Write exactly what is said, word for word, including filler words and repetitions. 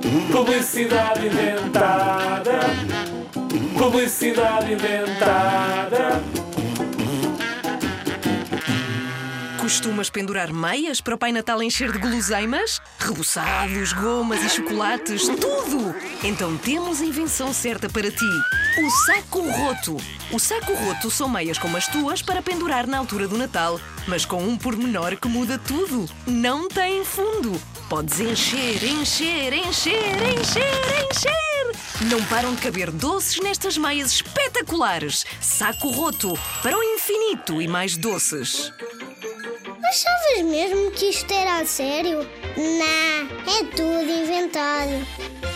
Publicidade inventada. Publicidade inventada. Costumas pendurar meias para o Pai Natal encher de guloseimas? Reboçados, gomas e chocolates, tudo! Então temos a invenção certa para ti. O saco roto. O saco roto são meias como as tuas para pendurar na altura do Natal, mas com um pormenor que muda tudo. Não tem fundo. Podes encher, encher, encher, encher, encher! Não param de caber doces nestas meias espetaculares. Saco roto, para o infinito e mais doces. Achavas mesmo que isto era a sério? Não, é tudo inventado.